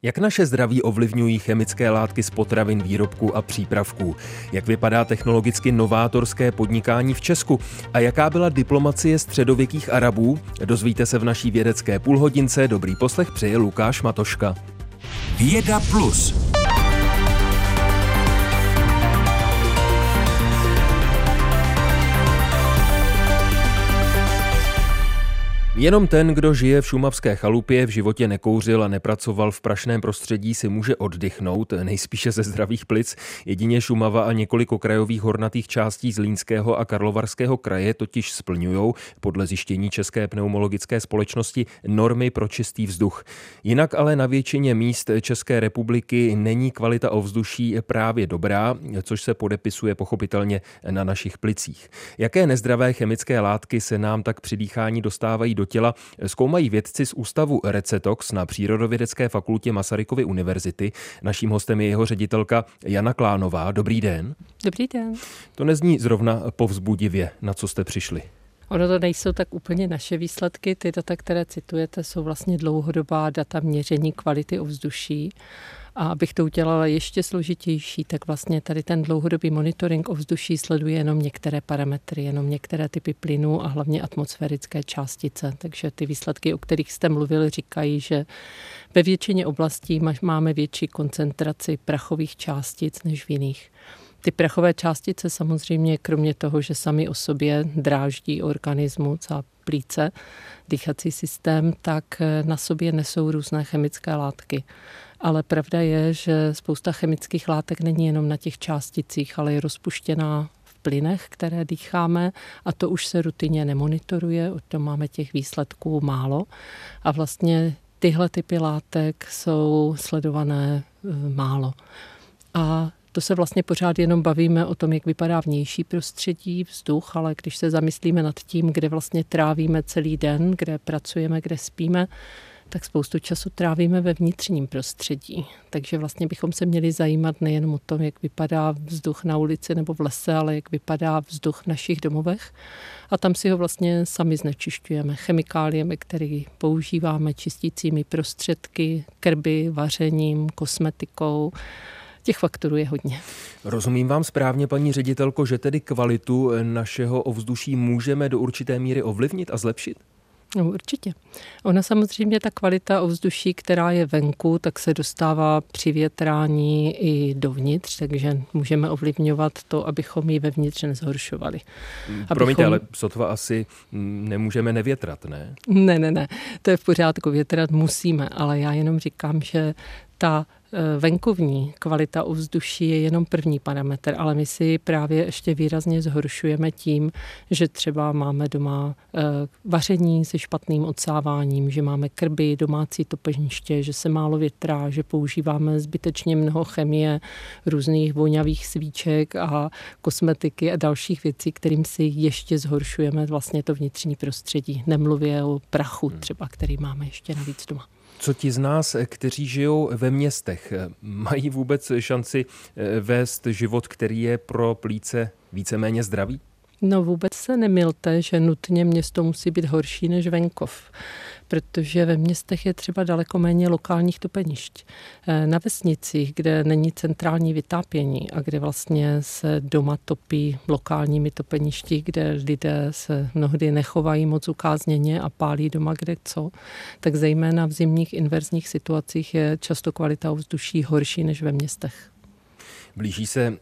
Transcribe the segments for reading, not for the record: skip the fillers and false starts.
Jak naše zdraví ovlivňují chemické látky z potravin, výrobků a přípravků? Jak vypadá technologicky novátorské podnikání v Česku? A jaká byla diplomacie středověkých Arabů? Dozvíte se v naší vědecké půlhodince. Dobrý poslech přeje Lukáš Matoška. Věda plus. Jenom ten, kdo žije v šumavské chalupě, v životě nekouřil a nepracoval v prašném prostředí, si může oddychnout, nejspíše ze zdravých plic. Jedině Šumava a několik okrajových hornatých částí Zlínského a Karlovarského kraje totiž splňují podle zjištění České pneumologické společnosti normy pro čistý vzduch. Jinak ale na většině míst České republiky není kvalita ovzduší právě dobrá, což se podepisuje pochopitelně na našich plicích. Jaké nezdravé chemické látky se nám tak při dýchání dostávají do těla, zkoumají vědci z ústavu Recetox na Přírodovědecké fakultě Masarykovy univerzity. Naším hostem je jeho ředitelka Jana Klánová. Dobrý den. Dobrý den. To nezní zrovna povzbudivě, na co jste přišli. Ono to nejsou tak úplně naše výsledky. Ty data, které citujete, jsou vlastně dlouhodobá data měření kvality ovzduší. A abych to udělala ještě složitější, tak vlastně tady ten dlouhodobý monitoring ovzduší sleduje jenom některé parametry, jenom některé typy plynů a hlavně atmosférické částice. Takže ty výsledky, o kterých jste mluvili, říkají, že ve většině oblastí máme větší koncentraci prachových částic než v jiných. Ty prachové částice samozřejmě, kromě toho, že sami o sobě dráždí organismus a plíce, dýchací systém, tak na sobě nesou různé chemické látky. Ale pravda je, že spousta chemických látek není jenom na těch částicích, ale je rozpuštěná v plynech, které dýcháme, a to už se rutině nemonitoruje, o tom máme těch výsledků málo. A vlastně tyhle typy látek jsou sledované málo. A to se vlastně pořád jenom bavíme o tom, jak vypadá vnější prostředí, vzduch, ale když se zamyslíme nad tím, kde vlastně trávíme celý den, kde pracujeme, kde spíme, tak spoustu času trávíme ve vnitřním prostředí. Takže vlastně bychom se měli zajímat nejenom o tom, jak vypadá vzduch na ulici nebo v lese, ale jak vypadá vzduch v našich domovech. A tam si ho vlastně sami znečišťujeme chemikáliemi, které používáme, čistícími prostředky, krby, vařením, kosmetikou. Těch faktorů je hodně. Rozumím vám správně, paní ředitelko, že tedy kvalitu našeho ovzduší můžeme do určité míry ovlivnit a zlepšit? No, určitě. Ona samozřejmě, ta kvalita ovzduší, která je venku, tak se dostává při větrání i dovnitř, takže můžeme ovlivňovat to, abychom ji vevnitř nezhoršovali. Promiňte, ale sotva asi nemůžeme nevětrat, ne? Ne, to je v pořádku, větrat musíme, ale já jenom říkám, že ta venkovní kvalita ovzduší je jenom první parametr, ale my si právě ještě výrazně zhoršujeme tím, že třeba máme doma vaření se špatným odsáváním, že máme krby, domácí topeniště, že se málo větrá, že používáme zbytečně mnoho chemie, různých voňavých svíček a kosmetiky a dalších věcí, kterým si ještě zhoršujeme vlastně to vnitřní prostředí. Nemluvě o prachu třeba, který máme ještě navíc doma. Co ti z nás, kteří žijou ve městech, mají vůbec šanci vést život, který je pro plíce víceméně zdravý? No vůbec se nemylte, že nutně město musí být horší než venkov, protože ve městech je třeba daleko méně lokálních topenišť. Na vesnicích, kde není centrální vytápění a kde vlastně se doma topí lokálními topeništi, kde lidé se mnohdy nechovají moc ukázněně a pálí doma kde co, tak zejména v zimních inverzních situacích je často kvalita ovzduší horší než ve městech. Blíží se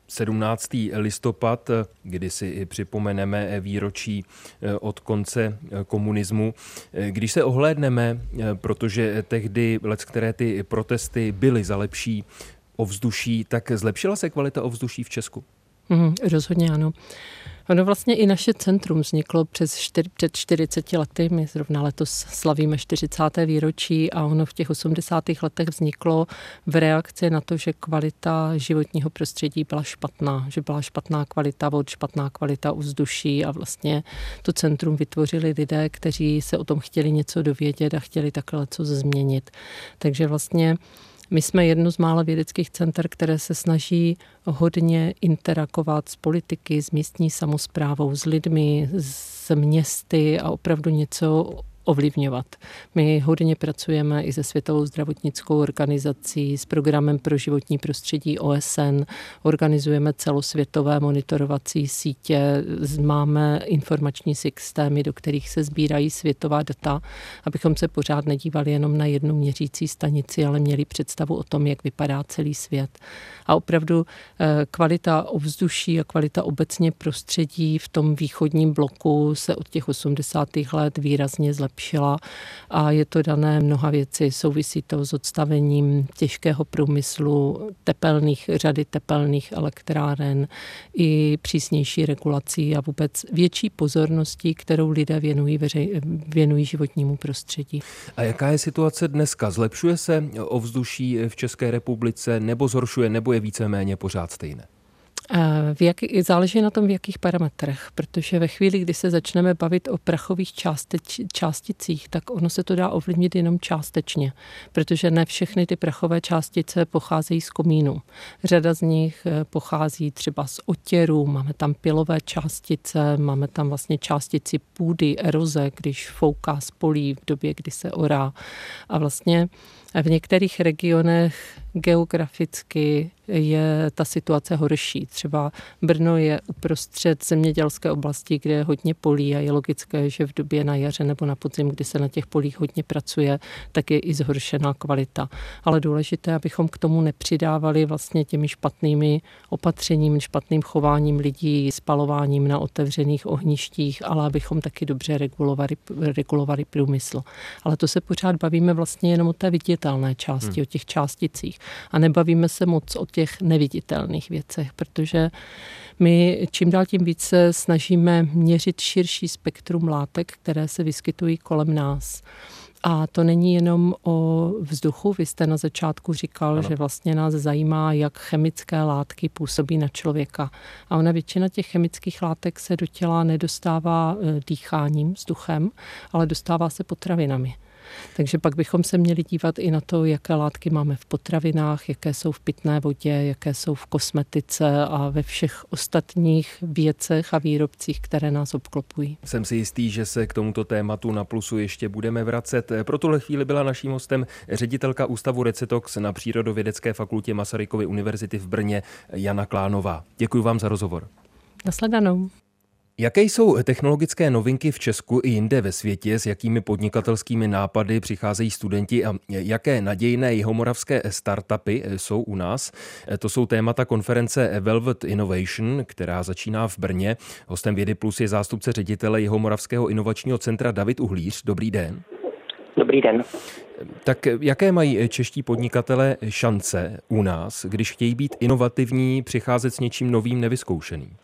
17. listopad, kdy si připomeneme výročí od konce komunismu. Když se ohlédneme, protože tehdy leckteré ty protesty byly za lepší ovzduší, tak zlepšila se kvalita ovzduší v Česku? Rozhodně ano. Ono vlastně i naše centrum vzniklo před 40 lety. My zrovna letos slavíme 40. výročí a ono v těch 80. letech vzniklo v reakci na to, že kvalita životního prostředí byla špatná, že byla špatná kvalita vod, špatná kvalita ovzduší a vlastně to centrum vytvořili lidé, kteří se o tom chtěli něco dovědět a chtěli takhle co změnit. Takže vlastně my jsme jedno z mála vědeckých center, které se snaží hodně interagovat s politiky, s místní samosprávou, s lidmi, s městy a opravdu něco ovlivňovat. My hodně pracujeme i se Světovou zdravotnickou organizací, s programem pro životní prostředí OSN, organizujeme celosvětové monitorovací sítě, máme informační systémy, do kterých se sbírají světová data, abychom se pořád nedívali jenom na jednu měřící stanici, ale měli představu o tom, jak vypadá celý svět. A opravdu kvalita ovzduší a kvalita obecně prostředí v tom východním bloku se od těch 80. let výrazně zlepšila a je to dané mnoha věci. Souvisí to s odstavením těžkého průmyslu, řady tepelných elektráren i přísnější regulací a vůbec větší pozorností, kterou lidé věnují životnímu prostředí. A jaká je situace dneska? Zlepšuje se ovzduší v České republice nebo zhoršuje, nebo je víceméně pořád stejné? Záleží na tom, v jakých parametrech, protože ve chvíli, kdy se začneme bavit o prachových částicích, tak ono se to dá ovlivnit jenom částečně, protože ne všechny ty prachové částice pocházejí z komínů. Řada z nich pochází třeba z otěru, máme tam pilové částice, máme tam vlastně částici půdy, eroze, když fouká z polí v době, kdy se orá. A vlastně v některých regionech geograficky je ta situace horší. Třeba Brno je uprostřed zemědělské oblasti, kde je hodně polí a je logické, že v době na jaře nebo na podzim, kdy se na těch polích hodně pracuje, tak je i zhoršená kvalita. Ale důležité, abychom k tomu nepřidávali vlastně těmi špatnými opatřeními, špatným chováním lidí, spalováním na otevřených ohništích, ale abychom taky dobře regulovali průmysl. Ale to se pořád bavíme vlastně jenom o té viditelné části, o těch částicích. A nebavíme se moc o těch neviditelných věcech, protože my čím dál tím více snažíme měřit širší spektrum látek, které se vyskytují kolem nás. A to není jenom o vzduchu. Vy jste na začátku říkal, že vlastně nás zajímá, jak chemické látky působí na člověka. A ona většina těch chemických látek se do těla nedostává dýcháním, vzduchem, ale dostává se potravinami. Takže pak bychom se měli dívat i na to, jaké látky máme v potravinách, jaké jsou v pitné vodě, jaké jsou v kosmetice a ve všech ostatních věcech a výrobcích, které nás obklopují. Jsem si jistý, že se k tomuto tématu na Plusu ještě budeme vracet. Pro tuhle chvíli byla naším hostem ředitelka Ústavu Recitox na Přírodovědecké fakultě Masarykovy univerzity v Brně Jana Klánová. Děkuji vám za rozhovor. Nasledanou. Jaké jsou technologické novinky v Česku i jinde ve světě, s jakými podnikatelskými nápady přicházejí studenti a jaké nadějné jihomoravské startupy jsou u nás? To jsou témata konference Velvet Innovation, která začíná v Brně. Hostem Vědy Plus je zástupce ředitele Jihomoravského inovačního centra David Uhlíř. Dobrý den. Dobrý den. Tak jaké mají čeští podnikatelé šance u nás, když chtějí být inovativní, přicházet s něčím novým, nevyzkoušeným?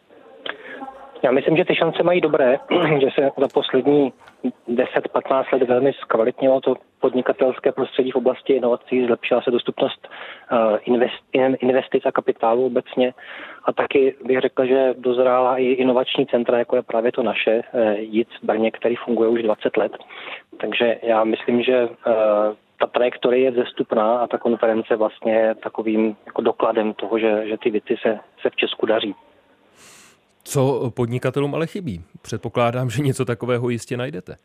Já myslím, že ty šance mají dobré, že se za poslední 10-15 let velmi zkvalitnilo to podnikatelské prostředí v oblasti inovací, zlepšila se dostupnost investic a kapitálu obecně a taky bych řekl, že dozrála i inovační centra, jako je právě to naše JIC v Brně, který funguje už 20 let. Takže já myslím, že ta trajektorie je vzestupná a ta konference vlastně je takovým jako dokladem toho, že ty věci se v Česku daří. Co podnikatelům ale chybí? Předpokládám, že něco takového jistě najdete.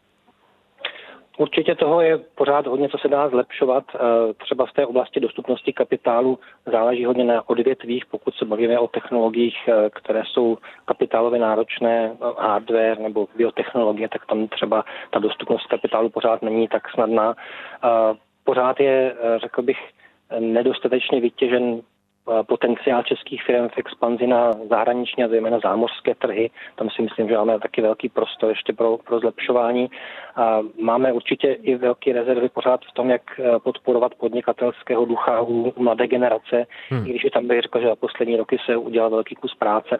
Určitě toho je pořád hodně, co se dá zlepšovat. Třeba v té oblasti dostupnosti kapitálu záleží hodně na odvětvích, pokud se bavíme o technologiích, které jsou kapitálově náročné, hardware nebo biotechnologie, tak tam třeba ta dostupnost kapitálu pořád není tak snadná. Pořád je, řekl bych, nedostatečně vytěžen potenciál českých firm v expanzi na zahraniční a zejména zámořské trhy. Tam si myslím, že máme taky velký prostor ještě pro zlepšování. A máme určitě i velké rezervy pořád v tom, jak podporovat podnikatelského ducha u mladé generace, i když tam bych řekl, že za poslední roky se udělal velký kus práce.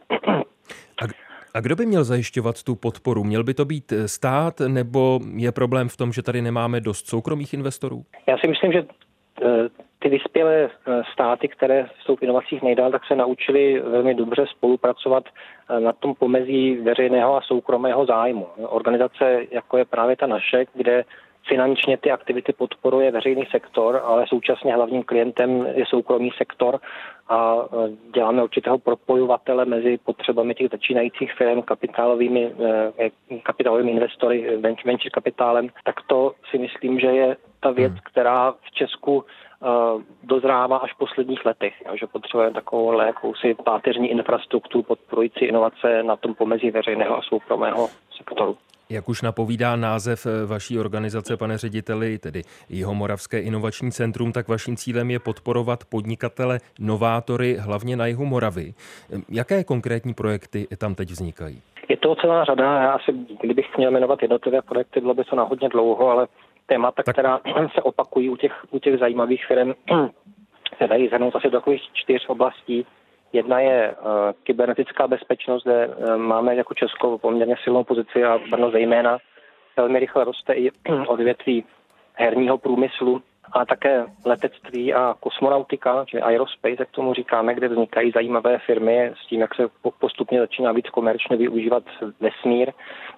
A kdo by měl zajišťovat tu podporu? Měl by to být stát, nebo je problém v tom, že tady nemáme dost soukromých investorů? Já si myslím, že ty vyspělé státy, které jsou v inovacích nejdál, tak se naučili velmi dobře spolupracovat na tom pomezí veřejného a soukromého zájmu. Organizace, jako je právě ta naše, kde Finančně ty aktivity podporuje veřejný sektor, ale současně hlavním klientem je soukromý sektor a děláme určitého propojovatele mezi potřebami těch začínajících firm, kapitálovými investory, venture kapitálem. Tak to si myslím, že je ta věc, která v Česku dozrává až v posledních letech, že potřebujeme takovou jakousi páteřní infrastrukturu podporující inovace na tom pomezí veřejného a soukromého sektoru. Jak už napovídá název vaší organizace, pane řediteli, tedy Jihomoravské inovační centrum, tak vaším cílem je podporovat podnikatele, novátory, hlavně na jihu Moravy. Jaké konkrétní projekty tam teď vznikají? Je to celá řada. Já asi, kdybych měl jmenovat jednotlivé projekty, bylo by to na hodně dlouho, ale témata, která se opakují u těch zajímavých firm, se dají shrnout asi do takových 4 oblastí. Jedna je kybernetická bezpečnost, kde máme jako Česko poměrně silnou pozici a Brno zejména. Velmi rychle roste i odvětví herního průmyslu, a také letectví a kosmonautika, čili aerospace, jak tomu říkáme, kde vznikají zajímavé firmy s tím, jak se postupně začíná víc komerčně využívat vesmír.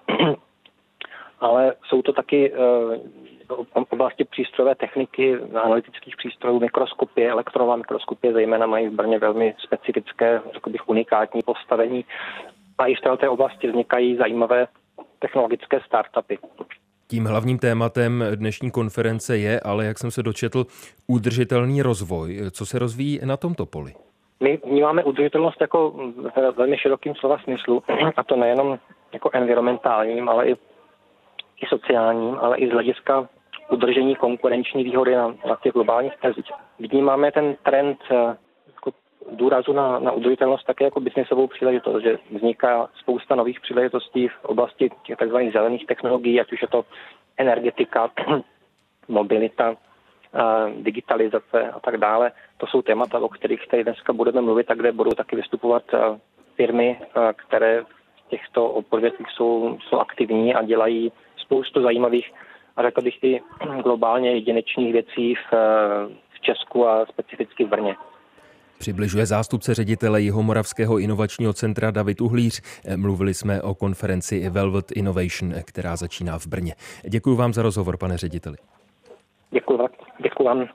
Ale jsou to taky oblasti přístrojové techniky, analytických přístrojů, mikroskopie, elektronová mikroskopie, zejména mají v Brně velmi specifické, řekl bych, unikátní postavení. A i v této oblasti vznikají zajímavé technologické startupy. Tím hlavním tématem dnešní konference je, ale jak jsem se dočetl, udržitelný rozvoj. Co se rozvíjí na tomto poli? My vnímáme udržitelnost jako velmi širokým slova smyslu, a to nejenom jako environmentálním, ale i sociálním, ale i z hlediska udržení konkurenční výhody na těch globálních trzích. Vnímáme ten trend jako důrazu na udržitelnost také jako biznesovou příležitost, že vzniká spousta nových příležitostí v oblasti těch tzv. Zelených technologií, ať už je to energetika, mobilita, digitalizace a tak dále. To jsou témata, o kterých tady dneska budeme mluvit a kde budou taky vystupovat firmy, které v těchto odvětvích jsou aktivní a dělají spoustu zajímavých a řekl bych i globálně jedinečných věcí v Česku a specificky v Brně. Přibližuje zástupce ředitele Jihomoravského inovačního centra David Uhlíř. Mluvili jsme o konferenci Velvet Innovation, která začíná v Brně. Děkuji vám za rozhovor, pane řediteli. Děkuji vám.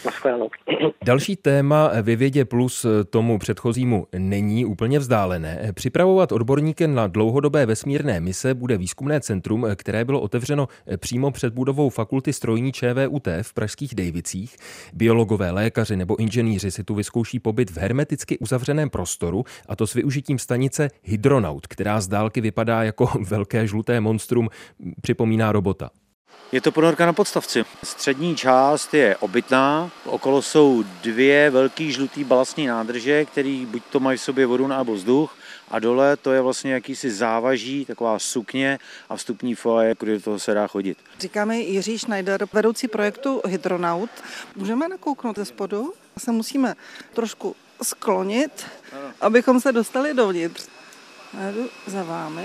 Další téma ve Vědě Plus tomu předchozímu není úplně vzdálené. Připravovat odborníky na dlouhodobé vesmírné mise bude výzkumné centrum, které bylo otevřeno přímo před budovou Fakulty strojní ČVUT v pražských Dejvicích. Biologové, lékaři nebo inženýři si tu vyzkouší pobyt v hermeticky uzavřeném prostoru, a to s využitím stanice Hydronaut, která z dálky vypadá jako velké žluté monstrum, připomíná robota. Je to ponorka na podstavci. Střední část je obytná, okolo jsou 2 velký žlutý balastní nádrže, které buď to mají v sobě vodu nebo vzduch, a dole to je vlastně jakýsi závaží, taková sukně a vstupní foaje, kde do toho se dá chodit. Říkáme Jiří Schneider, vedoucí projektu Hydronaut. Můžeme nakouknout ze spodu? Se musíme trošku sklonit, abychom se dostali dovnitř. Já jdu za vámi.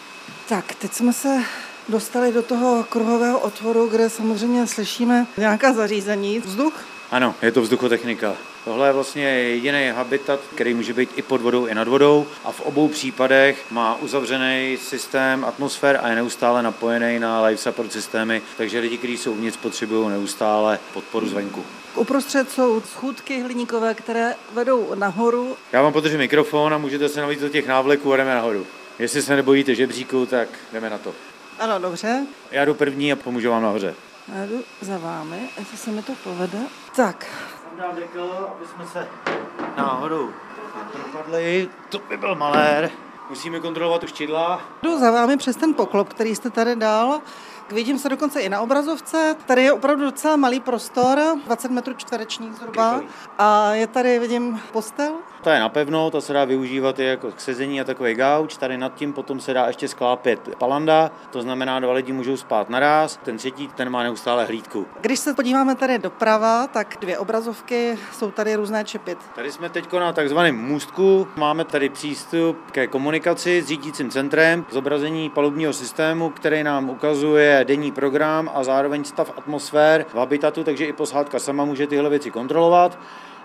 Tak, teď jsme se dostali do toho kruhového otvoru, kde samozřejmě slyšíme nějaká zařízení. Vzduch? Ano, je to vzduchotechnika. Tohle je vlastně jediný habitat, který může být i pod vodou, i nad vodou, a v obou případech má uzavřený systém atmosfér a je neustále napojený na life support systémy, takže lidi, kteří jsou uvnitř, potřebují neustále podporu zvenku. Uprostřed jsou schůdky hliníkové, které vedou nahoru. Já vám podržím mikrofon a můžete se nalít do těch návleků a jdeme nahoru. Jestli se nebojíte žebříku, tak jdeme na to. Ano, dobře. Já jdu první a pomůžu vám nahoře. Já jdu za vámi, jestli se mi to povede. Tak. Jsem dal dekl, aby jsme se náhodou nepropadli. To by byl malér. Musíme kontrolovat už čidla. Jdu za vámi přes ten poklop, který jste tady dal. Vidím se dokonce i na obrazovce. Tady je opravdu docela malý prostor, 20 metrů čtverečních zhruba. A je tady, vidím, postel. Ta je napevno, ta se dá využívat i jako k sezení a takový gauč. Tady nad tím potom se dá ještě sklápět palanda, to znamená 2 lidi můžou spát naráz, ten třetí, ten má neustále hlídku. Když se podíváme tady doprava, tak 2 obrazovky, jsou tady různé čipy. Tady jsme teď na takzvaném můstku, máme tady přístup ke komunikaci s řídícím centrem, zobrazení palubního systému, který nám ukazuje denní program a zároveň stav atmosfér v habitatu, takže i posádka sama může tyhle věci kontrolovat.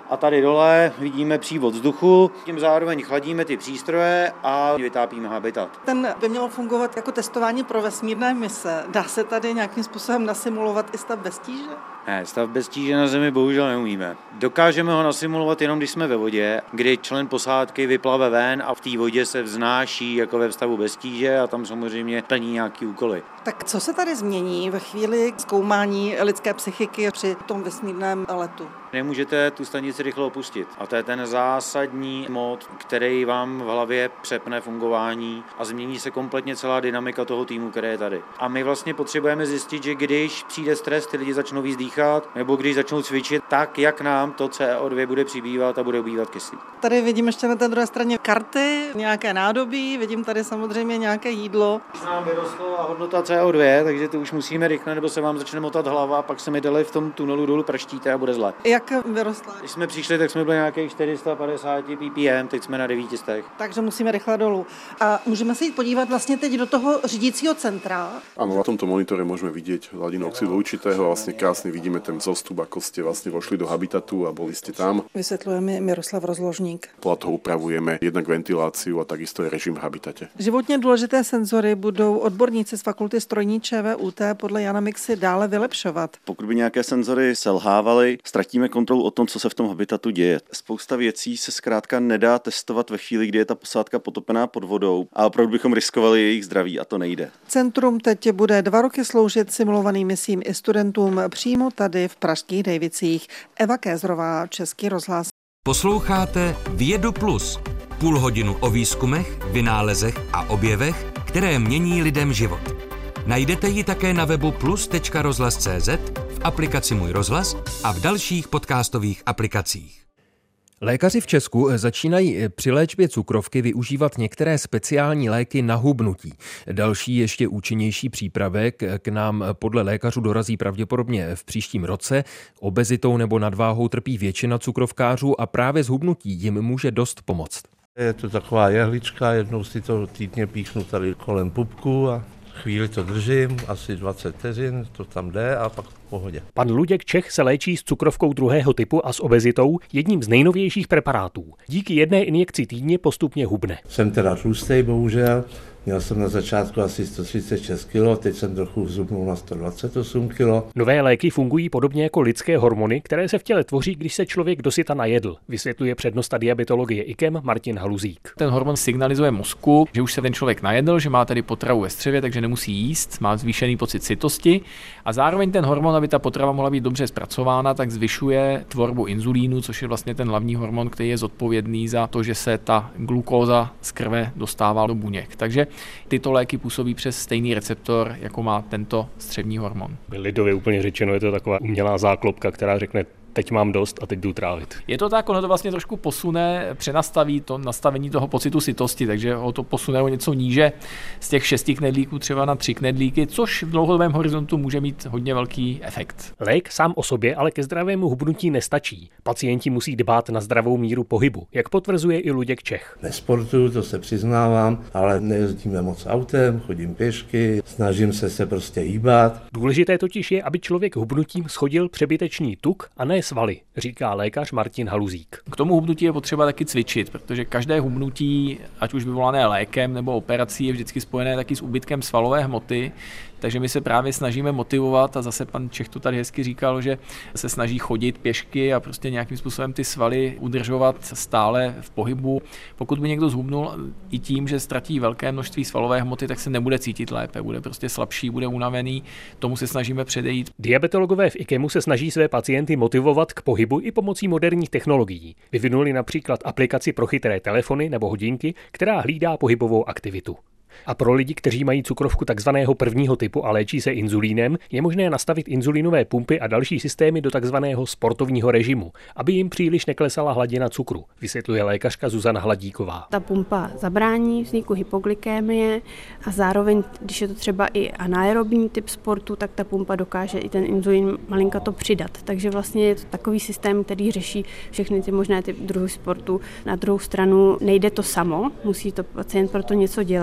a tady dole vidíme přívod vzduchu, tím zároveň chladíme ty přístroje a vytápíme habitat. Ten by mělo fungovat jako testování pro vesmírné mise. Dá se tady nějakým způsobem nasimulovat i stav bez tíže? Ne, stav bez tíže na Zemi bohužel neumíme. Dokážeme ho nasimulovat jenom, když jsme ve vodě, kdy člen posádky vyplave ven a v té vodě se vznáší jako ve stavu bez tíže a tam samozřejmě plní nějaký úkoly. Tak co se tady změní ve chvíli zkoumání lidské psychiky při tom vesmírném letu? Nemůžete tu stanici rychle opustit. A to je ten zásadní mod, který vám v hlavě přepne fungování a změní se kompletně celá dynamika toho týmu, který je tady. A my vlastně potřebujeme zjistit, že když přijde stres, ty lidi začnou víc dýchat, nebo když začnou cvičit, tak jak nám to CO2 bude přibývat a bude ubývat kyslík. Tady vidím ještě na té druhé straně karty, nějaké nádobí, vidím tady samozřejmě nějaké jídlo. Už nám vyrostla hodnota CO2, takže to už musíme rychle, nebo se vám začne motat hlava, pak se mi dali v tom tunelu dolů prštíte a bude zle. Jak vyrostla? Když jsme přišli, tak jsme byli nějakých 450 ppm, teď jsme na 900. Takže musíme rychle dolů. A můžeme se jít podívat vlastně teď do toho řídícího centra. Áno, na tomto monitore môžeme vidieť hladinu oxidu uhličitého a vlastne krásne vidíme ten vzostup, ako ste vlastne vošli do habitatu a boli ste tam. Vysvětluje mi Miroslav Rozložník. Podľa toho upravujeme jednak ventiláciu a takisto je režim v habitate. Životně důležité senzory budou odborníci z fakulty strojní ČVUT podle Jana Mixy dále vylepšovat. Pokud by nějaké senzory selhávaly, ztratíme kontrolu o tom, co se v tom habitatu děje. Spousta věcí se zkrátka nedá testovat ve chvíli, kdy je ta posádka potopená pod vodou a opravdu bychom riskovali jejich zdraví a to nejde. Centrum teď bude 2 roky sloužit simulovaným misím i studentům přímo tady v pražských Dejvicích. Eva Kézrová, Český rozhlas. Posloucháte Vědu Plus. Půl hodinu o výzkumech, vynálezech a objevech, které mění lidem život. Najdete ji také na webu plus.rozhlas.cz, v aplikaci Můj rozhlas a v dalších podcastových aplikacích. Lékaři v Česku začínají při léčbě cukrovky využívat některé speciální léky na hubnutí. Další ještě účinnější přípravek k nám podle lékařů dorazí pravděpodobně v příštím roce. Obezitou nebo nadváhou trpí většina cukrovkářů a právě s hubnutí jim může dost pomoct. Je to taková jehlička, jednou si to týdně píchnu tady kolem pupku a chvíli to držím, asi 20 vteřin, to tam jde a pak v pohodě. Pan Luděk Čech se léčí s cukrovkou 2. typu a s obezitou jedním z nejnovějších preparátů. Díky jedné injekci týdně postupně hubne. Jsem teda tlustej, bohužel. Měl jsem na začátku asi 136 kg, teď jsem trochu vzupnul na 128 kg. Nové léky fungují podobně jako lidské hormony, které se v těle tvoří, když se člověk dosyta najedl, vysvětluje přednosta diabetologie IKEM Martin Haluzík. Ten hormon signalizuje mozku, že už se ten člověk najedl, že má tady potravu ve střevě, takže nemusí jíst, má zvýšený pocit sytosti a zároveň ten hormon, aby ta potrava mohla být dobře zpracována, tak zvyšuje tvorbu inzulínu, což je vlastně ten hlavní hormon, který je zodpovědný za to, že se ta glukóza z krve dostává do buněk. Takže tyto léky působí přes stejný receptor, jako má tento střevní hormon. Lidově úplně řečeno, je to taková umělá záklopka, která řekne, teď mám dost a teď jdu trávit. Je to tak, ono to vlastně trošku posune, přenastaví to nastavení toho pocitu sytosti, takže ho to posune o něco níže z těch 6 knedlíků třeba na 3 knedlíky, což v dlouhodobém horizontu může mít hodně velký efekt. Lék sám o sobě ale ke zdravému hubnutí nestačí. Pacienti musí dbát na zdravou míru pohybu, jak potvrzuje i Luděk Čech. Nesportuju, to se přiznávám, ale nejezdíme moc autem, chodím pěšky, snažím se prostě hýbat. Důležité totiž je, aby člověk hubnutím schodil přebytečný tuk a ne svaly, říká lékař Martin Haluzík. K tomu hubnutí je potřeba taky cvičit, protože každé hubnutí, ať už vyvolané lékem nebo operací, je vždycky spojené taky s úbytkem svalové hmoty. Takže my se právě snažíme motivovat a zase pan Čech to tady hezky říkal, že se snaží chodit pěšky a prostě nějakým způsobem ty svaly udržovat stále v pohybu. Pokud by někdo zhubnul i tím, že ztratí velké množství svalové hmoty, tak se nebude cítit lépe, bude prostě slabší, bude unavený, tomu se snažíme předejít. Diabetologové v IKEMu se snaží své pacienty motivovat k pohybu i pomocí moderních technologií. Vyvinuli například aplikaci pro chytré telefony nebo hodinky, která hlídá pohybovou aktivitu. A pro lidi, kteří mají cukrovku takzvaného 1. typu a léčí se inzulínem, je možné nastavit inzulínové pumpy a další systémy do takzvaného sportovního režimu, aby jim příliš neklesala hladina cukru, vysvětluje lékařka Zuzana Hladíková. Ta pumpa zabrání vzniku hypoglykémie a zároveň, když je to třeba i anaerobní typ sportu, tak ta pumpa dokáže i ten inzulín malinka to přidat. Takže vlastně je to takový systém, který řeší všechny ty možné typy druhů sportu. Na druhou stranu nejde to samo, musí to pacient proto něco dělat.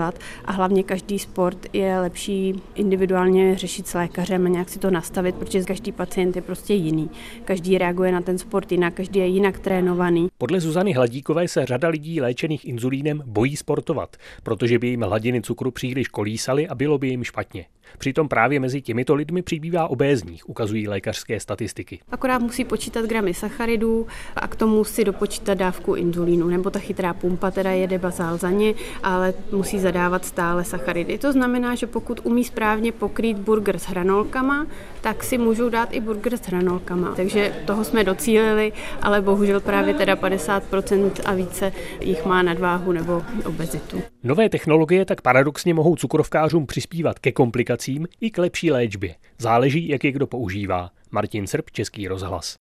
a hlavně každý sport je lepší individuálně řešit s lékařem a nějak si to nastavit, protože každý pacient je prostě jiný. Každý reaguje na ten sport jinak, každý je jinak trénovaný. Podle Zuzany Hladíkové se řada lidí léčených inzulínem bojí sportovat, protože by jim hladiny cukru příliš kolísaly a bylo by jim špatně. Přitom právě mezi těmito lidmi přibývá obézních, ukazují lékařské statistiky. Akorát musí počítat gramy sacharidů a k tomu si dopočítat dávku inzulínu, nebo ta chytrá pumpa teda jede bazál za ně, ale musí zadávat stále sacharidy. To znamená, že pokud umí správně pokrýt burger s hranolkama, tak si můžou dát i burger s hranolkama. Takže toho jsme docílili, ale bohužel právě teda 50% a více jich má nadváhu nebo obezitu. Nové technologie tak paradoxně mohou cukrovkářům přispívat ke komplikacím i k lepší léčbě. Záleží, jak je kdo používá. Martin Srb, Český rozhlas.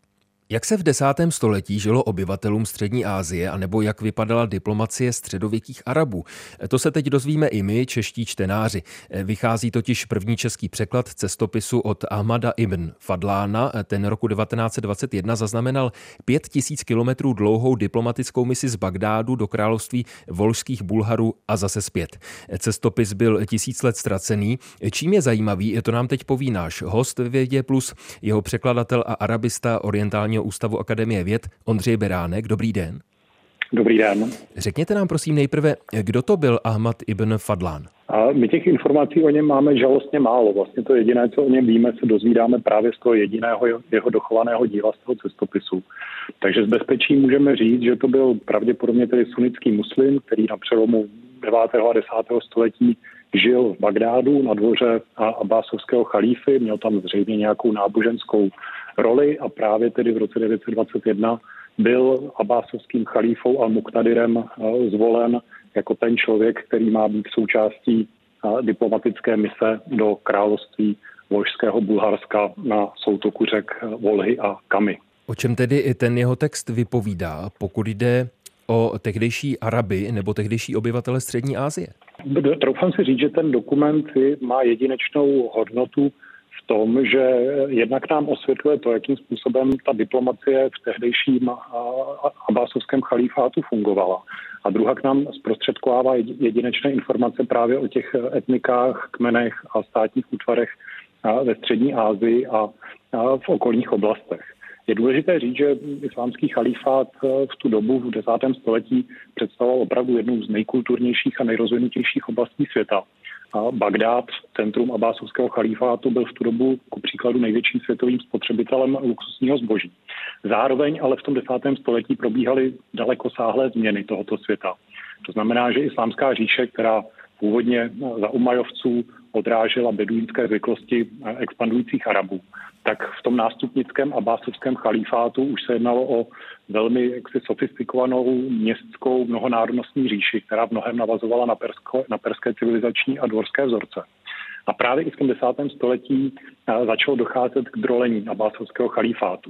Jak se v 10. století žilo obyvatelům Střední Asie, anebo jak vypadala diplomacie středověkých Arabů? To se teď dozvíme i my, čeští čtenáři. Vychází totiž první český překlad cestopisu od Ahmada ibn Fadlána. Ten roku 1921 zaznamenal 5000 kilometrů dlouhou diplomatickou misi z Bagdádu do království volžských Bulharů a zase zpět. Cestopis byl 1000 let ztracený. Čím je zajímavý, to nám teď poví náš host ve Vědě Plus, jeho překladatel a arabista orientálního Ústavu Akademie věd Ondřej Beránek. Dobrý den. Dobrý den. Řekněte nám prosím nejprve, kdo to byl Ahmad ibn Fadlán? A my těch informací o něm máme žalostně málo. Vlastně to jediné, co o něm víme, se dozvídáme právě z toho jediného jeho dochovaného díla z toho cestopisu. Takže z bezpečí můžeme říct, že to byl pravděpodobně tedy sunnický muslim, který na přelomu 9. a 10. století žil v Bagdádu na dvoře abbásovského chalífy, měl tam zřejmě nějakou náboženskou roli a právě tedy v roce 921 byl abbásovským chalífou al-Muqtadirem zvolen jako ten člověk, který má být součástí diplomatické mise do království volžského Bulharska na soutoku řek Volhy a Kamy. O čem tedy ten jeho text vypovídá, pokud jde o tehdejší Araby nebo tehdejší obyvatele Střední Asie? Troufám si říct, že ten dokument má jedinečnou hodnotu v tom, že jednak nám osvětluje to, jakým způsobem ta diplomacie v tehdejším abbásovském chalífátu fungovala. A druhá k nám zprostředkovává jedinečné informace právě o těch etnikách, kmenech a státních útvarech ve Střední Asii a v okolních oblastech. Je důležité říct, že islámský chalífát v tu dobu v 10. století představoval opravdu jednu z nejkulturnějších a nejrozvinutějších oblastí světa. A Bagdád, centrum abbásovského chalífátu, byl v tu dobu ku příkladu největším světovým spotřebitelem luxusního zboží. Zároveň ale v tom 10. století probíhaly dalekosáhlé změny tohoto světa. To znamená, že islámská říše, která původně za Umajovců odrážela beduínské zvyklosti expandujících Arabů, tak v tom nástupnickém abbásovském chalífátu už se jednalo o velmi sofistikovanou městskou mnohonárodnostní říši, která v mnohem navazovala na perské civilizační a dvorské vzorce. A právě i v tom 10. století začalo docházet k drolení abbásovského chalífátu.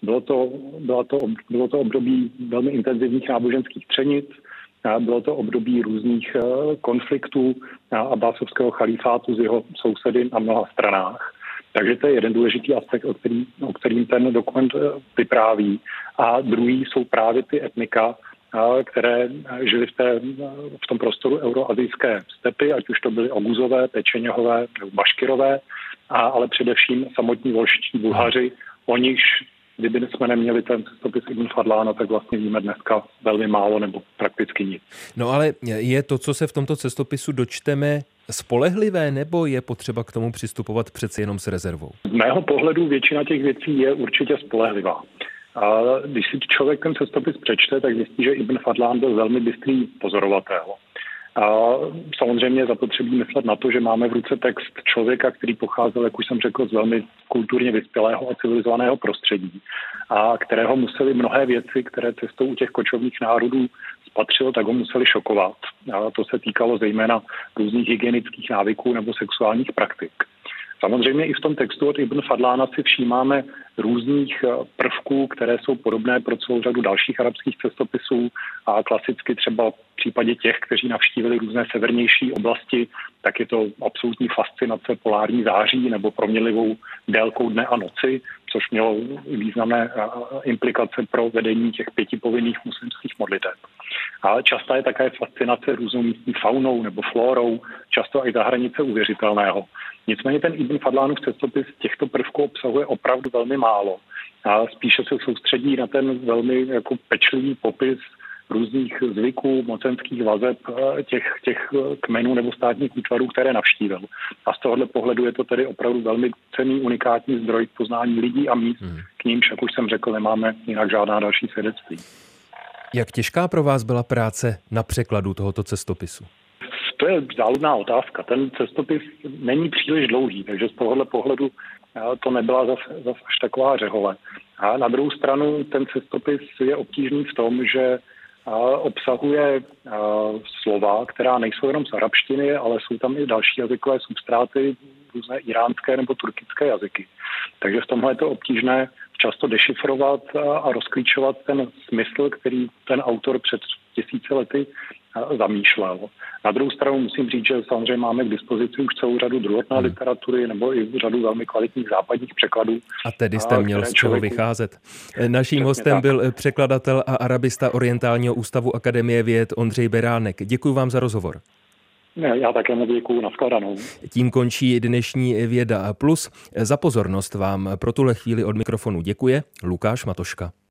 Bylo to období velmi intenzivních náboženských třenic, bylo to období různých konfliktů abbásovského chalífátu s jeho sousedy na mnoha stranách. Takže to je jeden důležitý aspekt, o kterým ten dokument vypráví. A druhý jsou právě ty etnika, které žili v tom prostoru euroazijské stepy, ať už to byly Oguzové, Pečeněhové nebo Baškirové, ale především samotní volžští Bulhaři, o nichž kdyby jsme neměli ten cestopis Ibn Fadlána, tak vlastně víme dneska velmi málo nebo prakticky nic. No ale je to, co se v tomto cestopisu dočteme, spolehlivé, nebo je potřeba k tomu přistupovat přeci jenom s rezervou? Z mého pohledu většina těch věcí je určitě spolehlivá. A když si člověk ten cestopis přečte, tak zjistí, že Ibn Fadlán byl velmi bystrý pozorovatel. A samozřejmě zapotřebí myslet na to, že máme v ruce text člověka, který pocházel, jak už jsem řekl, z velmi kulturně vyspělého a civilizovaného prostředí a kterého museli mnohé věci, které cestou u těch kočovných národů spatřil, tak ho museli šokovat. A to se týkalo zejména různých hygienických návyků nebo sexuálních praktik. Samozřejmě i v tom textu od Ibn Fadlána si všímáme různých prvků, které jsou podobné pro celou řadu dalších arabských cestopisů a klasicky třeba v případě těch, kteří navštívili různé severnější oblasti, tak je to absolutní fascinace polární září nebo proměnlivou délkou dne a noci, což mělo významné implikace pro vedení těch 5 povinných muslimských modliteb. Ale často je také fascinace různou místní faunou nebo flórou, často i za hranice uvěřitelného. Nicméně ten Ibn Fadlánův cestopis těchto prvků obsahuje opravdu velmi málo. A spíše se soustředí na ten velmi jako pečlivý popis různých zvyků, mocenských vazeb těch kmenů nebo státních útvarů, které navštívil. A z tohohle pohledu je to tedy opravdu velmi cenný, unikátní zdroj k poznání lidí a míst, k nímž, jak už jsem řekl, nemáme jinak žádná další svědectví. Jak těžká pro vás byla práce na překladu tohoto cestopisu? To je záludná otázka. Ten cestopis není příliš dlouhý, takže z tohohle pohledu to nebyla zas až taková řehole. A na druhou stranu ten cestopis je obtížný v tom, že obsahuje slova, která nejsou jenom z arabštiny, ale jsou tam i další jazykové substráty, různé iránské nebo turkické jazyky. Takže v tomhle je to obtížné často dešifrovat a rozklíčovat ten smysl, který ten autor před 1000 lety zamýšlel. Na druhou stranu musím říct, že samozřejmě máme k dispozici už celou řadu druhotné literatury nebo i řadu velmi kvalitních západních překladů. A tedy jste měl z čeho vycházet. Naším hostem byl překladatel a arabista Orientálního ústavu Akademie věd Ondřej Beránek. Děkuji vám za rozhovor. Já také moc děkuju, nashledanou. Tím končí dnešní Věda Plus. Za pozornost vám pro tuhle chvíli od mikrofonu děkuje Lukáš Matoška.